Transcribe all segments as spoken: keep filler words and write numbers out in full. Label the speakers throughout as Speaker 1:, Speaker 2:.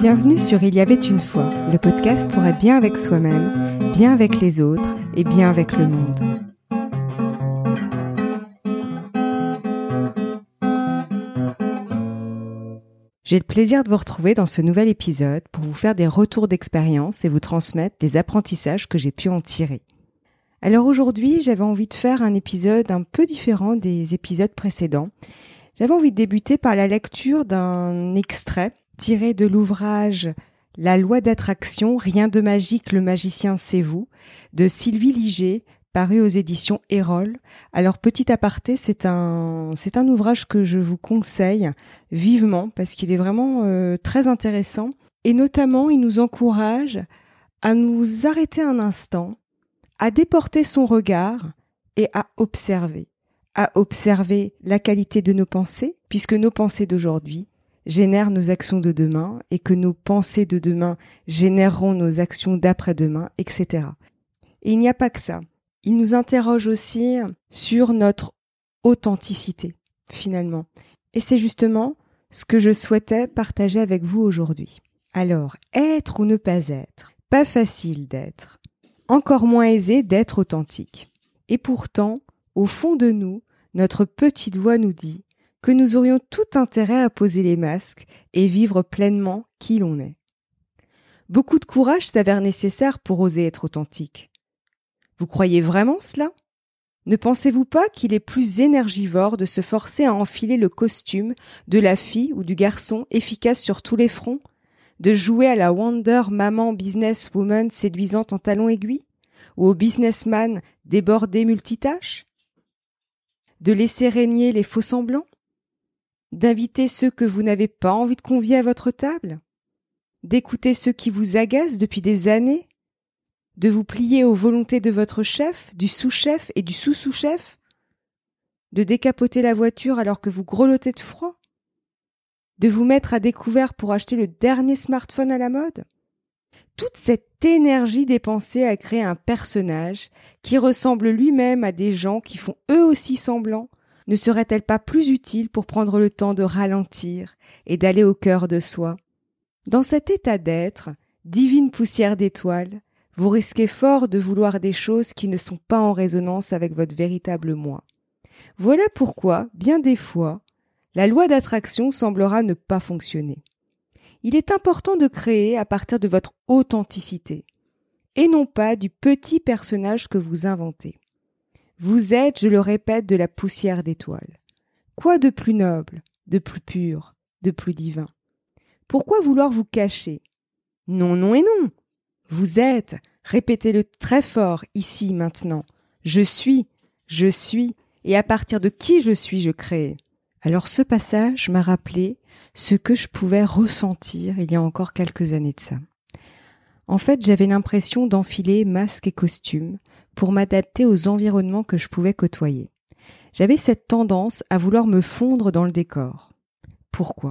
Speaker 1: Bienvenue sur Il y avait une fois, le podcast pour être bien avec soi-même, bien avec les autres et bien avec le monde. J'ai le plaisir de vous retrouver dans ce nouvel épisode pour vous faire des retours d'expérience et vous transmettre des apprentissages que j'ai pu en tirer. Alors aujourd'hui, j'avais envie de faire un épisode un peu différent des épisodes précédents. J'avais envie de débuter par la lecture d'un extrait tiré de l'ouvrage « La loi d'attraction, rien de magique, le magicien c'est vous » de Sylvie Liger, paru aux éditions Erol. Alors petit aparté, c'est un, c'est un ouvrage que je vous conseille vivement parce qu'il est vraiment euh, très intéressant et notamment il nous encourage à nous arrêter un instant, à déporter son regard et à observer. À observer la qualité de nos pensées, puisque nos pensées d'aujourd'hui génèrent nos actions de demain et que nos pensées de demain généreront nos actions d'après-demain, et cetera. Et il n'y a pas que ça. Il nous interroge aussi sur notre authenticité, finalement. Et c'est justement ce que je souhaitais partager avec vous aujourd'hui. Alors, être ou ne pas être, pas facile d'être, encore moins aisé d'être authentique. Et pourtant, au fond de nous, notre petite voix nous dit que nous aurions tout intérêt à poser les masques et vivre pleinement qui l'on est. Beaucoup de courage s'avère nécessaire pour oser être authentique. Vous croyez vraiment cela ? Ne pensez-vous pas qu'il est plus énergivore de se forcer à enfiler le costume de la fille ou du garçon efficace sur tous les fronts, de jouer à la Wonder Maman Businesswoman séduisante en talons aiguilles, ou au businessman débordé multitâche ? De laisser régner les faux-semblants ? D'inviter ceux que vous n'avez pas envie de convier à votre table ? D'écouter ceux qui vous agacent depuis des années ? De vous plier aux volontés de votre chef, du sous-chef et du sous-sous-chef ? De décapoter la voiture alors que vous grelottez de froid ? De vous mettre à découvert pour acheter le dernier smartphone à la mode ? Toute cette énergie dépensée à créer un personnage qui ressemble lui-même à des gens qui font eux aussi semblant, ne serait-elle pas plus utile pour prendre le temps de ralentir et d'aller au cœur de soi ? Dans cet état d'être, divine poussière d'étoiles, vous risquez fort de vouloir des choses qui ne sont pas en résonance avec votre véritable moi. Voilà pourquoi, bien des fois, la loi d'attraction semblera ne pas fonctionner. Il est important de créer à partir de votre authenticité, et non pas du petit personnage que vous inventez. Vous êtes, je le répète, de la poussière d'étoiles. Quoi de plus noble, de plus pur, de plus divin ? Pourquoi vouloir vous cacher ? Non, non et non. Vous êtes, répétez-le très fort, ici, maintenant. Je suis, je suis, et à partir de qui je suis, je crée. Alors ce passage m'a rappelé ce que je pouvais ressentir il y a encore quelques années de ça. En fait, j'avais l'impression d'enfiler masque et costume pour m'adapter aux environnements que je pouvais côtoyer. J'avais cette tendance à vouloir me fondre dans le décor. Pourquoi ?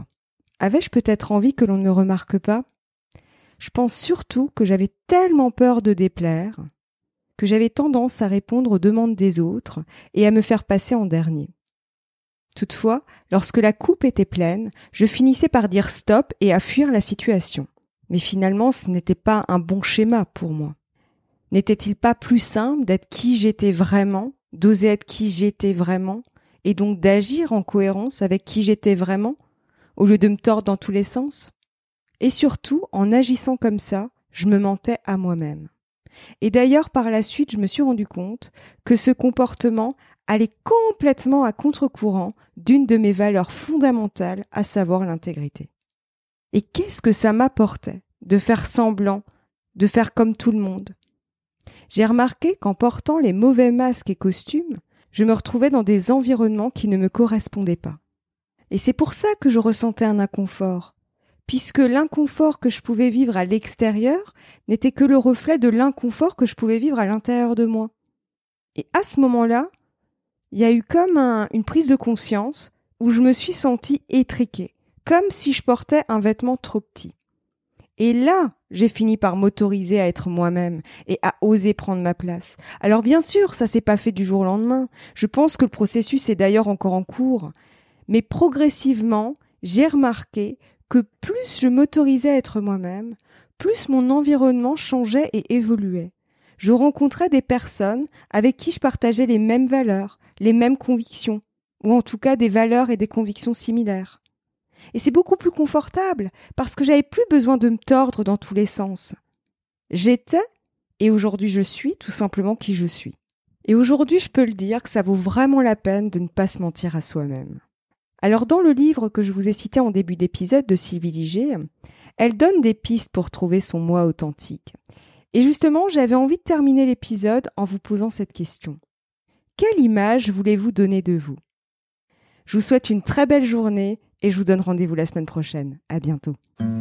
Speaker 1: Avais-je peut-être envie que l'on ne me remarque pas ? Je pense surtout que j'avais tellement peur de déplaire que j'avais tendance à répondre aux demandes des autres et à me faire passer en dernier. Toutefois, lorsque la coupe était pleine, je finissais par dire stop et à fuir la situation. Mais finalement, ce n'était pas un bon schéma pour moi. N'était-il pas plus simple d'être qui j'étais vraiment, d'oser être qui j'étais vraiment, et donc d'agir en cohérence avec qui j'étais vraiment, au lieu de me tordre dans tous les sens ? Et surtout, en agissant comme ça, je me mentais à moi-même. Et d'ailleurs, par la suite, je me suis rendu compte que ce comportement allait complètement à contre-courant d'une de mes valeurs fondamentales, à savoir l'intégrité. Et qu'est-ce que ça m'apportait de faire semblant, de faire comme tout le monde ? J'ai remarqué qu'en portant les mauvais masques et costumes, je me retrouvais dans des environnements qui ne me correspondaient pas. Et c'est pour ça que je ressentais un inconfort, puisque l'inconfort que je pouvais vivre à l'extérieur n'était que le reflet de l'inconfort que je pouvais vivre à l'intérieur de moi. Et à ce moment-là, il y a eu comme un, une prise de conscience où je me suis sentie étriquée, comme si je portais un vêtement trop petit. Et là, j'ai fini par m'autoriser à être moi-même et à oser prendre ma place. Alors bien sûr, ça s'est pas fait du jour au lendemain. Je pense que le processus est d'ailleurs encore en cours. Mais progressivement, j'ai remarqué que plus je m'autorisais à être moi-même, plus mon environnement changeait et évoluait. Je rencontrais des personnes avec qui je partageais les mêmes valeurs, les mêmes convictions, ou en tout cas des valeurs et des convictions similaires. Et c'est beaucoup plus confortable parce que j'avais plus besoin de me tordre dans tous les sens. J'étais, et aujourd'hui je suis, tout simplement qui je suis. Et aujourd'hui je peux le dire que ça vaut vraiment la peine de ne pas se mentir à soi-même. Alors dans le livre que je vous ai cité en début d'épisode de Sylvie Liger, elle donne des pistes pour trouver son moi authentique. Et justement, j'avais envie de terminer l'épisode en vous posant cette question. Quelle image voulez-vous donner de vous ? Je vous souhaite une très belle journée et je vous donne rendez-vous la semaine prochaine. À bientôt.